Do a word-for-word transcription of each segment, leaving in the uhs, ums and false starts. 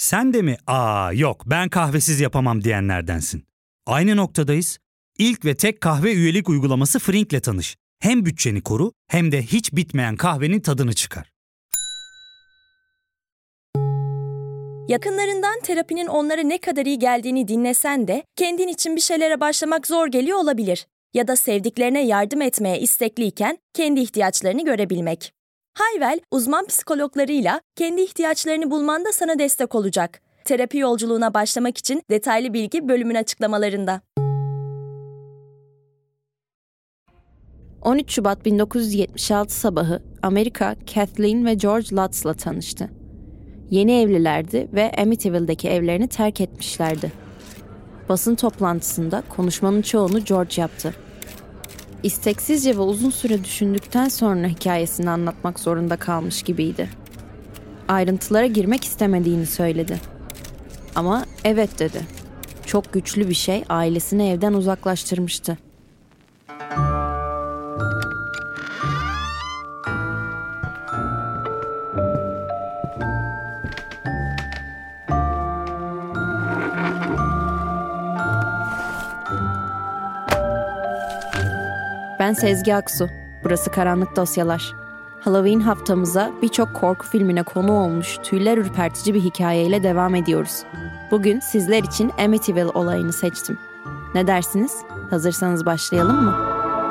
Sen de mi "Aa yok ben kahvesiz yapamam" diyenlerdensin? Aynı noktadayız. İlk ve tek kahve üyelik uygulaması Frink'le tanış. Hem bütçeni koru hem de hiç bitmeyen kahvenin tadını çıkar. Yakınlarından terapinin onlara ne kadar iyi geldiğini dinlesen de kendin için bir şeylere başlamak zor geliyor olabilir. Ya da sevdiklerine yardım etmeye istekliyken kendi ihtiyaçlarını görebilmek. Hayvel, uzman psikologlarıyla kendi ihtiyaçlarını bulmanda sana destek olacak. Terapi yolculuğuna başlamak için detaylı bilgi bölümün açıklamalarında. on üç Şubat bin dokuz yüz yetmiş altı sabahı Amerika, Kathleen ve George Lutz'la tanıştı. Yeni evlilerdi ve Amityville'deki evlerini terk etmişlerdi. Basın toplantısında konuşmanın çoğunu George yaptı. İsteksizce ve uzun süre düşündükten sonra hikayesini anlatmak zorunda kalmış gibiydi. Ayrıntılara girmek istemediğini söyledi. Ama evet dedi. Çok güçlü bir şey ailesini evden uzaklaştırmıştı. Ben Sezgi Aksu. Burası Karanlık Dosyalar. Halloween haftamıza birçok korku filmine konu olmuş tüyler ürpertici bir hikayeyle devam ediyoruz. Bugün sizler için Amityville olayını seçtim. Ne dersiniz? Hazırsanız başlayalım mı?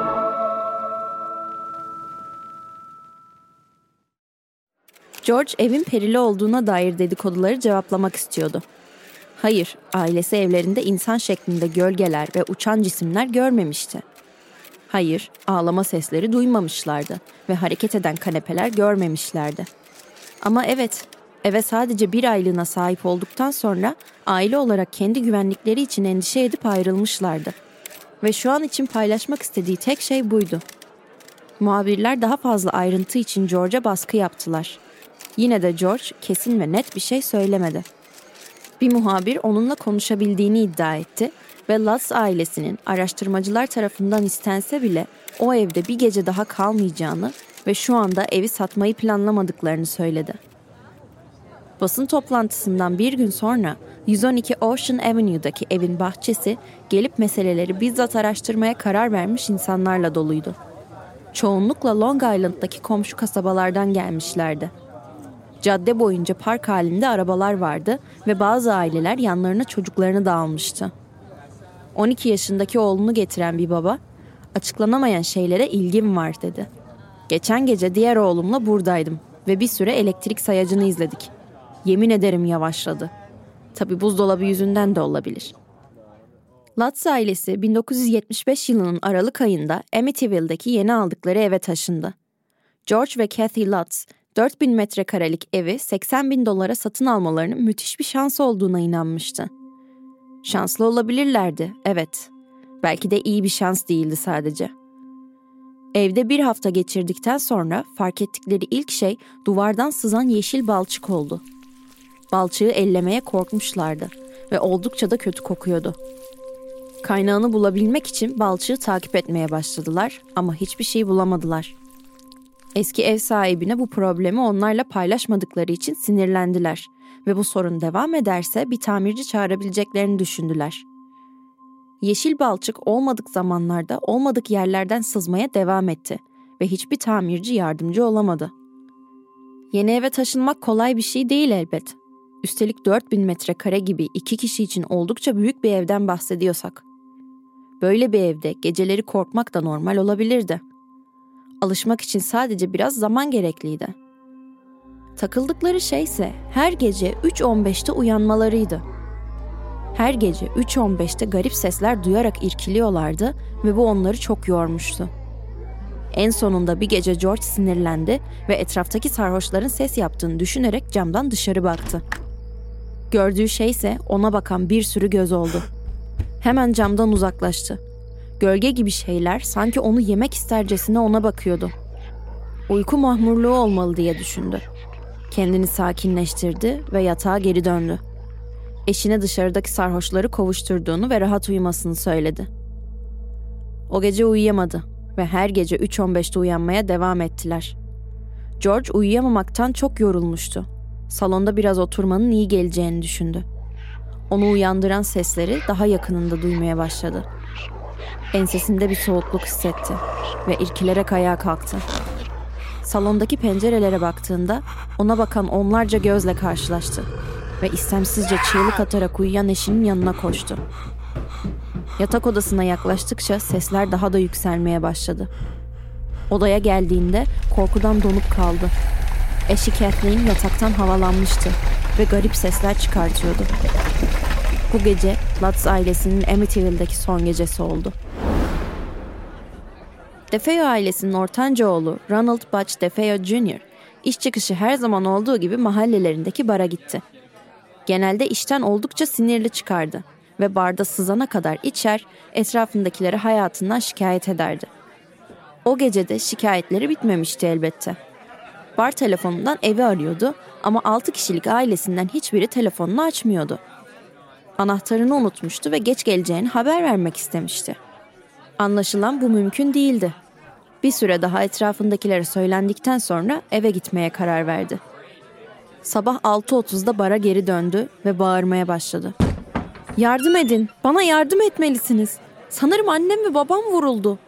George evin perili olduğuna dair dedikoduları cevaplamak istiyordu. Hayır, ailesi evlerinde insan şeklinde gölgeler ve uçan cisimler görmemişti. Hayır, ağlama sesleri duymamışlardı ve hareket eden kanepeler görmemişlerdi. Ama evet, eve sadece bir aylığına sahip olduktan sonra aile olarak kendi güvenlikleri için endişe edip ayrılmışlardı. Ve şu an için paylaşmak istediği tek şey buydu. Muhabirler daha fazla ayrıntı için George'a baskı yaptılar. Yine de George kesin ve net bir şey söylemedi. Bir muhabir onunla konuşabildiğini iddia etti ve Lutz ailesinin araştırmacılar tarafından istense bile o evde bir gece daha kalmayacağını ve şu anda evi satmayı planlamadıklarını söyledi. Basın toplantısından bir gün sonra yüz on iki Ocean Avenue'daki evin bahçesi gelip meseleleri bizzat araştırmaya karar vermiş insanlarla doluydu. Çoğunlukla Long Island'daki komşu kasabalardan gelmişlerdi. Cadde boyunca park halinde arabalar vardı ve bazı aileler yanlarına çocuklarını da almıştı. on iki yaşındaki oğlunu getiren bir baba, "Açıklanamayan şeylere ilgim var" dedi. "Geçen gece diğer oğlumla buradaydım ve bir süre elektrik sayacını izledik. Yemin ederim yavaşladı. Tabii buzdolabı yüzünden de olabilir." Lutz ailesi bin dokuz yüz yetmiş beş yılının Aralık ayında Amityville'deki yeni aldıkları eve taşındı. George ve Kathy Lutz, dört bin metrekarelik evi seksen bin dolara satın almalarının müthiş bir şans olduğuna inanmıştı. Şanslı olabilirlerdi, evet. Belki de iyi bir şans değildi sadece. Evde bir hafta geçirdikten sonra fark ettikleri ilk şey duvardan sızan yeşil balçık oldu. Balçığı ellemeye korkmuşlardı ve oldukça da kötü kokuyordu. Kaynağını bulabilmek için balçığı takip etmeye başladılar ama hiçbir şey bulamadılar. Eski ev sahibine bu problemi onlarla paylaşmadıkları için sinirlendiler ve bu sorun devam ederse bir tamirci çağırabileceklerini düşündüler. Yeşil balçık olmadık zamanlarda olmadık yerlerden sızmaya devam etti ve hiçbir tamirci yardımcı olamadı. Yeni eve taşınmak kolay bir şey değil elbet. Üstelik dört bin metrekare gibi iki kişi için oldukça büyük bir evden bahsediyorsak. Böyle bir evde geceleri korkmak da normal olabilirdi. Alışmak için sadece biraz zaman gerekliydi. Takıldıkları şeyse her gece üç on beşte uyanmalarıydı. Her gece üç on beşte garip sesler duyarak irkiliyorlardı ve bu onları çok yormuştu. En sonunda bir gece George sinirlendi ve etraftaki sarhoşların ses yaptığını düşünerek camdan dışarı baktı. Gördüğü şeyse ona bakan bir sürü göz oldu. Hemen camdan uzaklaştı. Gölge gibi şeyler sanki onu yemek istercesine ona bakıyordu. Uyku mahmurluğu olmalı diye düşündü. Kendini sakinleştirdi ve yatağa geri döndü. Eşine dışarıdaki sarhoşları kovuşturduğunu ve rahat uyumasını söyledi. O gece uyuyamadı ve her gece üç on beşte uyanmaya devam ettiler. George uyuyamamaktan çok yorulmuştu. Salonda biraz oturmanın iyi geleceğini düşündü. Onu uyandıran sesleri daha yakınında duymaya başladı. Ensesinde bir soğukluk hissetti ve irkilerek ayağa kalktı. Salondaki pencerelere baktığında ona bakan onlarca gözle karşılaştı ve istemsizce çığlık atarak uyuyan eşinin yanına koştu. Yatak odasına yaklaştıkça sesler daha da yükselmeye başladı. Odaya geldiğinde korkudan donup kaldı. Eşi Kathleen yataktan havalanmıştı ve garip sesler çıkartıyordu. Bu gece Lutz ailesinin Amityville'deki son gecesi oldu. DeFeo ailesinin ortanca oğlu Ronald Butch DeFeo Junior iş çıkışı her zaman olduğu gibi mahallelerindeki bara gitti. Genelde işten oldukça sinirli çıkardı ve barda sızana kadar içer, etrafındakileri hayatından şikayet ederdi. O gece de şikayetleri bitmemişti elbette. Bar telefonundan evi arıyordu ama altı kişilik ailesinden hiçbiri telefonunu açmıyordu. Anahtarını unutmuştu ve geç geleceğini haber vermek istemişti. Anlaşılan bu mümkün değildi. Bir süre daha etrafındakilere söylendikten sonra eve gitmeye karar verdi. Sabah altı otuzda bara geri döndü ve bağırmaya başladı. "Yardım edin, bana yardım etmelisiniz. Sanırım annem ve babam vuruldu."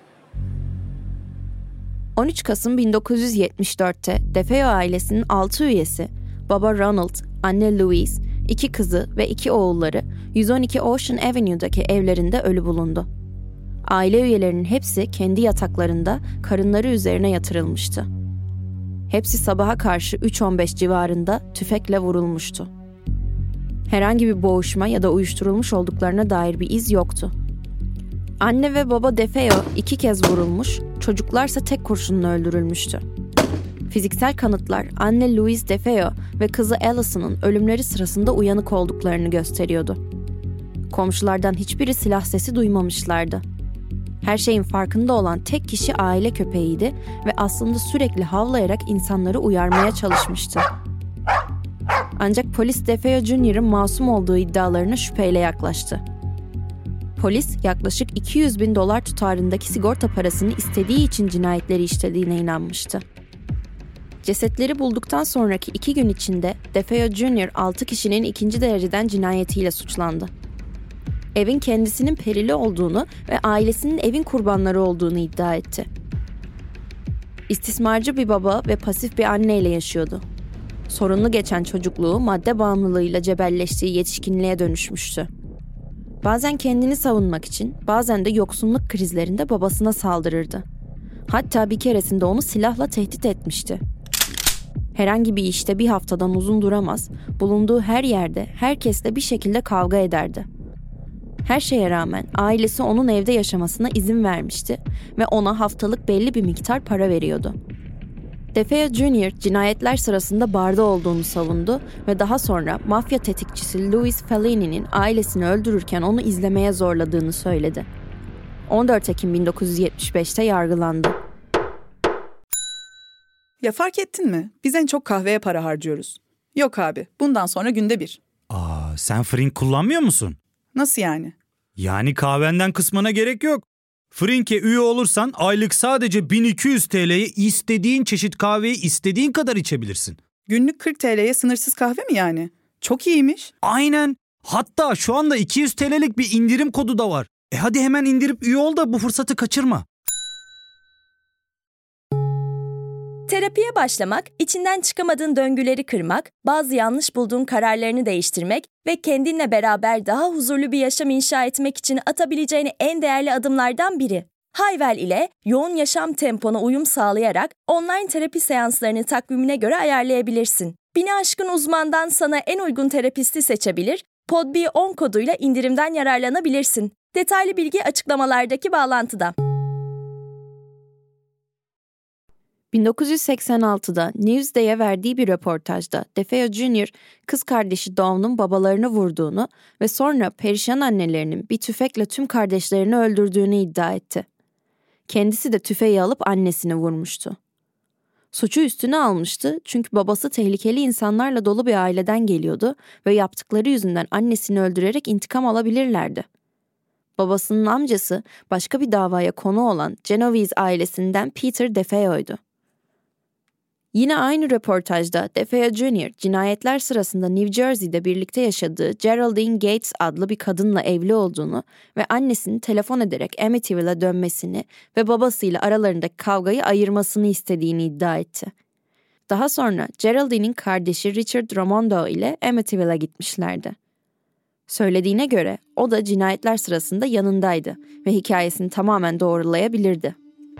on üç Kasım bin dokuz yüz yetmiş dörtte DeFeo ailesinin altı üyesi, baba Ronald, anne Louise, iki kızı ve iki oğulları yüz on iki Ocean Avenue'daki evlerinde ölü bulundu. Aile üyelerinin hepsi kendi yataklarında karınları üzerine yatırılmıştı. Hepsi sabaha karşı üç on beş civarında tüfekle vurulmuştu. Herhangi bir boğuşma ya da uyuşturulmuş olduklarına dair bir iz yoktu. Anne ve baba DeFeo iki kez vurulmuş, çocuklarsa tek kurşunla öldürülmüştü. Fiziksel kanıtlar anne Louise DeFeo ve kızı Allison'un ölümleri sırasında uyanık olduklarını gösteriyordu. Komşulardan hiçbiri silah sesi duymamışlardı. Her şeyin farkında olan tek kişi aile köpeğiydi ve aslında sürekli havlayarak insanları uyarmaya çalışmıştı. Ancak polis DeFeo Junior'ın masum olduğu iddialarına şüpheyle yaklaştı. Polis yaklaşık iki yüz bin dolar tutarındaki sigorta parasını istediği için cinayetleri işlediğine inanmıştı. Cesetleri bulduktan sonraki iki gün içinde DeFeo Junior altı kişinin ikinci dereceden cinayetiyle suçlandı. Evin kendisinin perili olduğunu ve ailesinin evin kurbanları olduğunu iddia etti. İstismarcı bir baba ve pasif bir anneyle yaşıyordu. Sorunlu geçen çocukluğu madde bağımlılığıyla cebelleştiği yetişkinliğe dönüşmüştü. Bazen kendini savunmak için, bazen de yoksunluk krizlerinde babasına saldırırdı. Hatta bir keresinde onu silahla tehdit etmişti. Herhangi bir işte bir haftadan uzun duramaz, bulunduğu her yerde herkesle bir şekilde kavga ederdi. Her şeye rağmen ailesi onun evde yaşamasına izin vermişti ve ona haftalık belli bir miktar para veriyordu. DeFeo Junior cinayetler sırasında barda olduğunu savundu ve daha sonra mafya tetikçisi Louis Fellini'nin ailesini öldürürken onu izlemeye zorladığını söyledi. on dört Ekim bin dokuz yüz yetmiş beşte yargılandı. Ya fark ettin mi? Biz en çok kahveye para harcıyoruz. Yok abi, bundan sonra günde bir. Aa, sen Frink kullanmıyor musun? Nasıl yani? Yani kahvenden kısmına gerek yok. Frink'e üye olursan aylık sadece bin iki yüz T L'ye istediğin çeşit kahveyi istediğin kadar içebilirsin. Günlük kırk T L'ye sınırsız kahve mi yani? Çok iyiymiş. Aynen. Hatta şu anda iki yüz T L'lik bir indirim kodu da var. E hadi hemen indirip üye ol da bu fırsatı kaçırma. Terapiye başlamak, içinden çıkamadığın döngüleri kırmak, bazı yanlış bulduğun kararlarını değiştirmek ve kendinle beraber daha huzurlu bir yaşam inşa etmek için atabileceğin en değerli adımlardan biri. Hayvel ile yoğun yaşam tempona uyum sağlayarak online terapi seanslarını takvimine göre ayarlayabilirsin. Bini aşkın uzmandan sana en uygun terapisti seçebilir, Podb on koduyla indirimden yararlanabilirsin. Detaylı bilgi açıklamalardaki bağlantıda. bin dokuz yüz seksen altıda Newsday'e verdiği bir röportajda DeFeo Junior kız kardeşi Dawn'un babalarını vurduğunu ve sonra perişan annelerinin bir tüfekle tüm kardeşlerini öldürdüğünü iddia etti. Kendisi de tüfeği alıp annesini vurmuştu. Suçu üstüne almıştı çünkü babası tehlikeli insanlarla dolu bir aileden geliyordu ve yaptıkları yüzünden annesini öldürerek intikam alabilirlerdi. Babasının amcası başka bir davaya konu olan Genovese ailesinden Peter DeFeo'ydu. Yine aynı röportajda DeFeo Junior cinayetler sırasında New Jersey'de birlikte yaşadığı Geraldine Gates adlı bir kadınla evli olduğunu ve annesinin telefon ederek Amityville'a dönmesini ve babasıyla aralarındaki kavgayı ayırmasını istediğini iddia etti. Daha sonra Geraldine'in kardeşi Richard Ramondo ile Amityville'a gitmişlerdi. Söylediğine göre o da cinayetler sırasında yanındaydı ve hikayesini tamamen doğrulayabilirdi.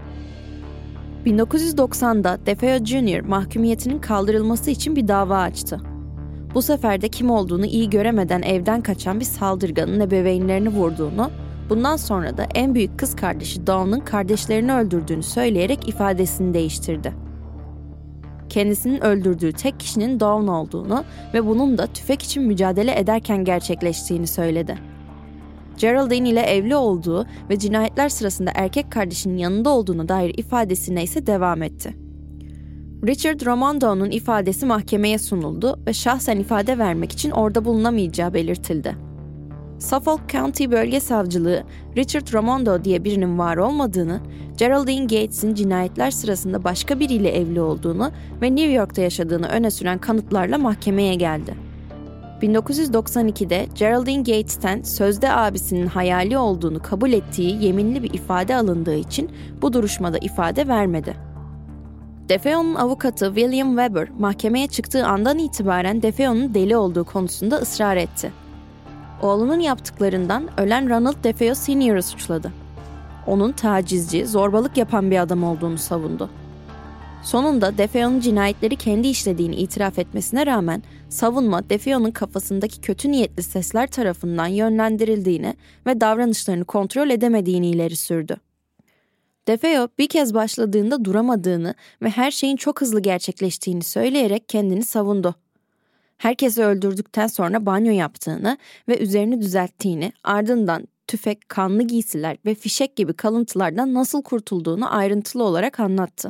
bin dokuz yüz doksanda DeFeo Junior mahkumiyetinin kaldırılması için bir dava açtı. Bu sefer de kim olduğunu iyi göremeden evden kaçan bir saldırganın ebeveynlerini vurduğunu, bundan sonra da en büyük kız kardeşi Dawn'un kardeşlerini öldürdüğünü söyleyerek ifadesini değiştirdi. Kendisinin öldürdüğü tek kişinin Dawn olduğunu ve bunun da tüfek için mücadele ederken gerçekleştiğini söyledi. Geraldine ile evli olduğu ve cinayetler sırasında erkek kardeşinin yanında olduğuna dair ifadesine ise devam etti. Richard Ramondo'nun ifadesi mahkemeye sunuldu ve şahsen ifade vermek için orada bulunamayacağı belirtildi. Suffolk County Bölge Savcılığı, Richard Ramondo diye birinin var olmadığını, Geraldine Gates'in cinayetler sırasında başka biriyle evli olduğunu ve New York'ta yaşadığını öne süren kanıtlarla mahkemeye geldi. bin dokuz yüz doksan ikide Geraldine Gates'ten sözde abisinin hayali olduğunu kabul ettiği yeminli bir ifade alındığı için bu duruşmada ifade vermedi. DeFeo'nun avukatı William Weber mahkemeye çıktığı andan itibaren DeFeo'nun deli olduğu konusunda ısrar etti. Oğlunun yaptıklarından ölen Ronald DeFeo Senior'ı suçladı. Onun tacizci, zorbalık yapan bir adam olduğunu savundu. Sonunda DeFeo'nun cinayetleri kendi işlediğini itiraf etmesine rağmen savunma DeFeo'nun kafasındaki kötü niyetli sesler tarafından yönlendirildiğini ve davranışlarını kontrol edemediğini ileri sürdü. DeFeo bir kez başladığında duramadığını ve her şeyin çok hızlı gerçekleştiğini söyleyerek kendini savundu. Herkesi öldürdükten sonra banyo yaptığını ve üzerini düzelttiğini, ardından tüfek, kanlı giysiler ve fişek gibi kalıntılardan nasıl kurtulduğunu ayrıntılı olarak anlattı.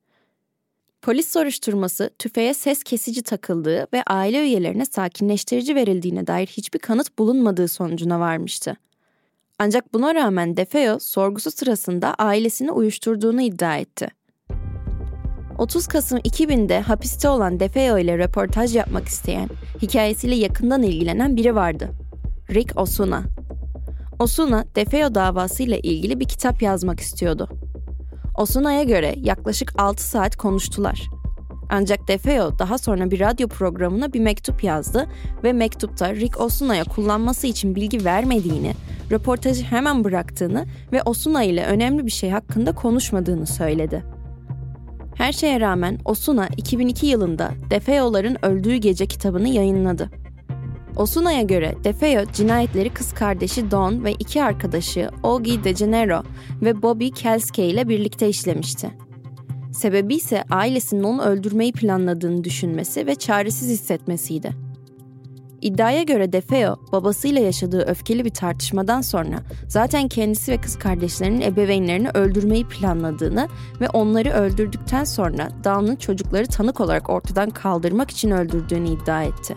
Polis soruşturması tüfeğe ses kesici takıldığı ve aile üyelerine sakinleştirici verildiğine dair hiçbir kanıt bulunmadığı sonucuna varmıştı. Ancak buna rağmen DeFeo sorgusu sırasında ailesini uyuşturduğunu iddia etti. otuz Kasım iki binde hapiste olan DeFeo ile röportaj yapmak isteyen, hikayesiyle yakından ilgilenen biri vardı. Rick Osuna. Osuna, DeFeo davasıyla ilgili bir kitap yazmak istiyordu. Osuna'ya göre yaklaşık altı saat konuştular. Ancak DeFeo daha sonra bir radyo programına bir mektup yazdı ve mektupta Rick Osuna'ya kullanması için bilgi vermediğini, röportajı hemen bıraktığını ve Osuna ile önemli bir şey hakkında konuşmadığını söyledi. Her şeye rağmen Osuna iki bin iki yılında DeFeo'ların Öldüğü Gece kitabını yayınladı. Osuna'ya göre DeFeo cinayetleri kız kardeşi Dawn ve iki arkadaşı Augie DeGeneres ve Bobby Kelske ile birlikte işlemişti. Sebebi ise ailesinin onu öldürmeyi planladığını düşünmesi ve çaresiz hissetmesiydi. İddiaya göre DeFeo, babasıyla yaşadığı öfkeli bir tartışmadan sonra zaten kendisi ve kız kardeşlerinin ebeveynlerini öldürmeyi planladığını ve onları öldürdükten sonra Dawn'ın çocukları tanık olarak ortadan kaldırmak için öldürdüğünü iddia etti.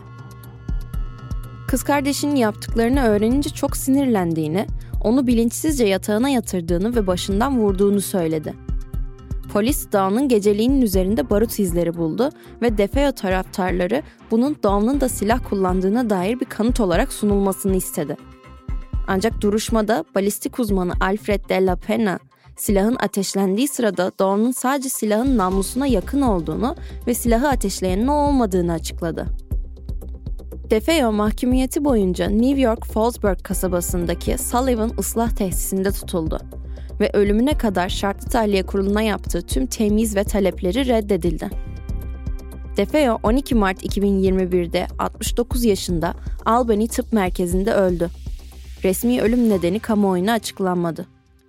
Kız kardeşinin yaptıklarını öğrenince çok sinirlendiğini, onu bilinçsizce yatağına yatırdığını ve başından vurduğunu söyledi. Polis Dawn'ın geceliğinin üzerinde barut izleri buldu ve DeFeo taraftarları bunun Dawn'ın da silah kullandığına dair bir kanıt olarak sunulmasını istedi. Ancak duruşmada balistik uzmanı Alfred de la Pena, silahın ateşlendiği sırada Dawn'ın sadece silahın namlusuna yakın olduğunu ve silahı ateşleyenin o olmadığını açıkladı. DeFeo mahkumiyeti boyunca New York Fallsburg kasabasındaki Sullivan ıslah tesisinde tutuldu ve ölümüne kadar şartlı tahliye kuruluna yaptığı tüm temyiz ve talepleri reddedildi. DeFeo on iki Mart iki bin yirmi birde altmış dokuz yaşında Albany Tıp Merkezi'nde öldü. Resmi ölüm nedeni kamuoyuna açıklanmadı.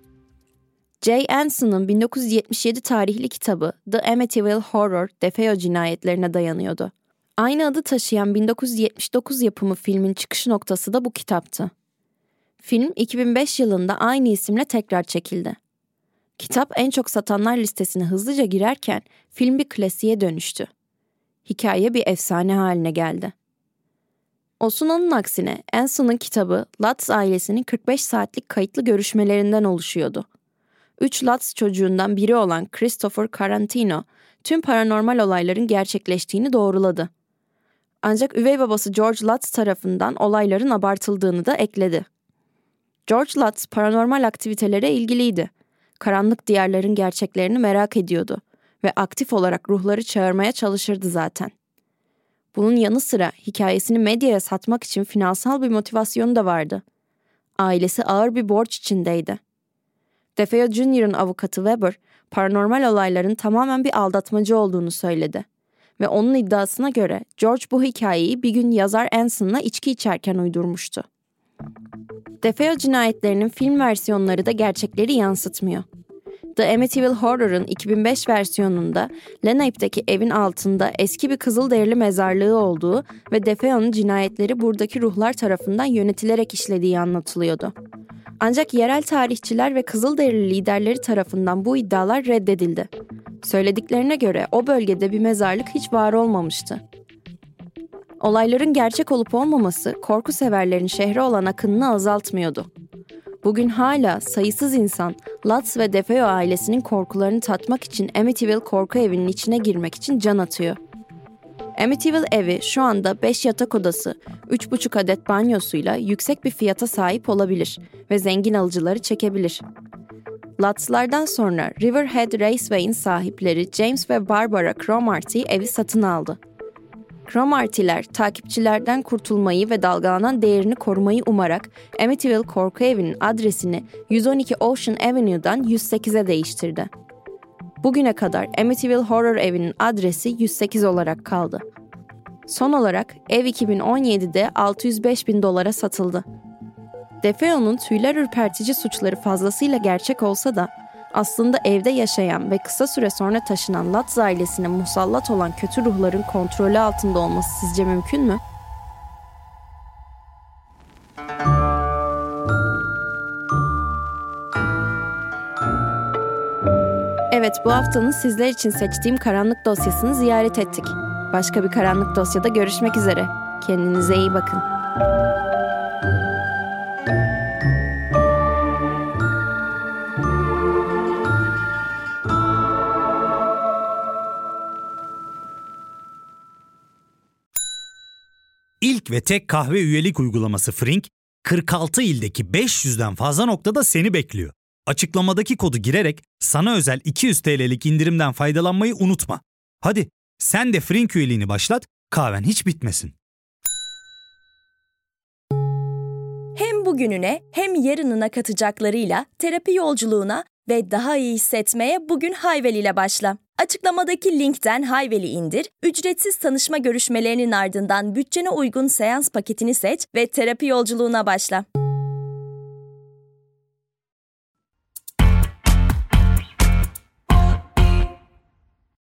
Jay Anson'un bin dokuz yüz yetmiş yedi tarihli kitabı The Amityville Horror, DeFeo cinayetlerine dayanıyordu. Aynı adı taşıyan bin dokuz yüz yetmiş dokuz yapımı filmin çıkış noktası da bu kitaptı. Film iki bin beş yılında aynı isimle tekrar çekildi. Kitap en çok satanlar listesine hızlıca girerken film bir klasiğe dönüştü. Hikaye bir efsane haline geldi. Osuna'nın aksine Anson'un kitabı Lutz ailesinin kırk beş saatlik kayıtlı görüşmelerinden oluşuyordu. Üç Lutz çocuğundan biri olan Christopher Carantino, tüm paranormal olayların gerçekleştiğini doğruladı. Ancak üvey babası George Lutz tarafından olayların abartıldığını da ekledi. George Lutz paranormal aktivitelere ilgiliydi. Karanlık diyarların gerçeklerini merak ediyordu ve aktif olarak ruhları çağırmaya çalışırdı zaten. Bunun yanı sıra hikayesini medyaya satmak için finansal bir motivasyonu da vardı. Ailesi ağır bir borç içindeydi. DeFeo Junior'ın avukatı Weber, paranormal olayların tamamen bir aldatmacı olduğunu söyledi. Ve onun iddiasına göre George bu hikayeyi bir gün yazar Anson'la içki içerken uydurmuştu. DeFeo cinayetlerinin film versiyonları da gerçekleri yansıtmıyor. The Amityville Horror'ın iki bin beş versiyonunda Lenape'deki evin altında eski bir Kızılderili mezarlığı olduğu ve DeFeo'nun cinayetleri buradaki ruhlar tarafından yönetilerek işlediği anlatılıyordu. Ancak yerel tarihçiler ve Kızılderili liderleri tarafından bu iddialar reddedildi. Söylediklerine göre o bölgede bir mezarlık hiç var olmamıştı. Olayların gerçek olup olmaması korku severlerin şehre olan akınını azaltmıyordu. Bugün hala sayısız insan Lutz ve DeFeo ailesinin korkularını tatmak için Amityville korku evinin içine girmek için can atıyor. Amityville evi şu anda beş yatak odası, üç buçuk adet banyosuyla yüksek bir fiyata sahip olabilir ve zengin alıcıları çekebilir. Lutz'lardan sonra Riverhead Raceway'in sahipleri James ve Barbara Cromartie evi satın aldı. Cromartie'ler takipçilerden kurtulmayı ve dalgalanan değerini korumayı umarak Amityville korku evinin adresini yüz on iki Ocean Avenue'dan yüz sekize değiştirdi. Bugüne kadar Amityville Horror evinin adresi yüz sekiz olarak kaldı. Son olarak ev iki bin on yedide altı yüz beş bin dolara satıldı. DeFeo'nun tüyler ürpertici suçları fazlasıyla gerçek olsa da aslında evde yaşayan ve kısa süre sonra taşınan Lutz ailesine musallat olan kötü ruhların kontrolü altında olması sizce mümkün mü? Evet, bu haftanın sizler için seçtiğim karanlık dosyasını ziyaret ettik. Başka bir karanlık dosyada görüşmek üzere. Kendinize iyi bakın. İlk ve tek kahve üyelik uygulaması Frink, kırk altı ildeki beş yüzden fazla noktada seni bekliyor. Açıklamadaki kodu girerek sana özel iki yüz TL'lik indirimden faydalanmayı unutma. Hadi sen de Frink üyeliğini başlat, kahven hiç bitmesin. Hem bugününe hem yarınına katacaklarıyla terapi yolculuğuna ve daha iyi hissetmeye bugün Hayvel ile başla. Açıklamadaki linkten Hayvel'i indir, ücretsiz tanışma görüşmelerinin ardından bütçene uygun seans paketini seç ve terapi yolculuğuna başla.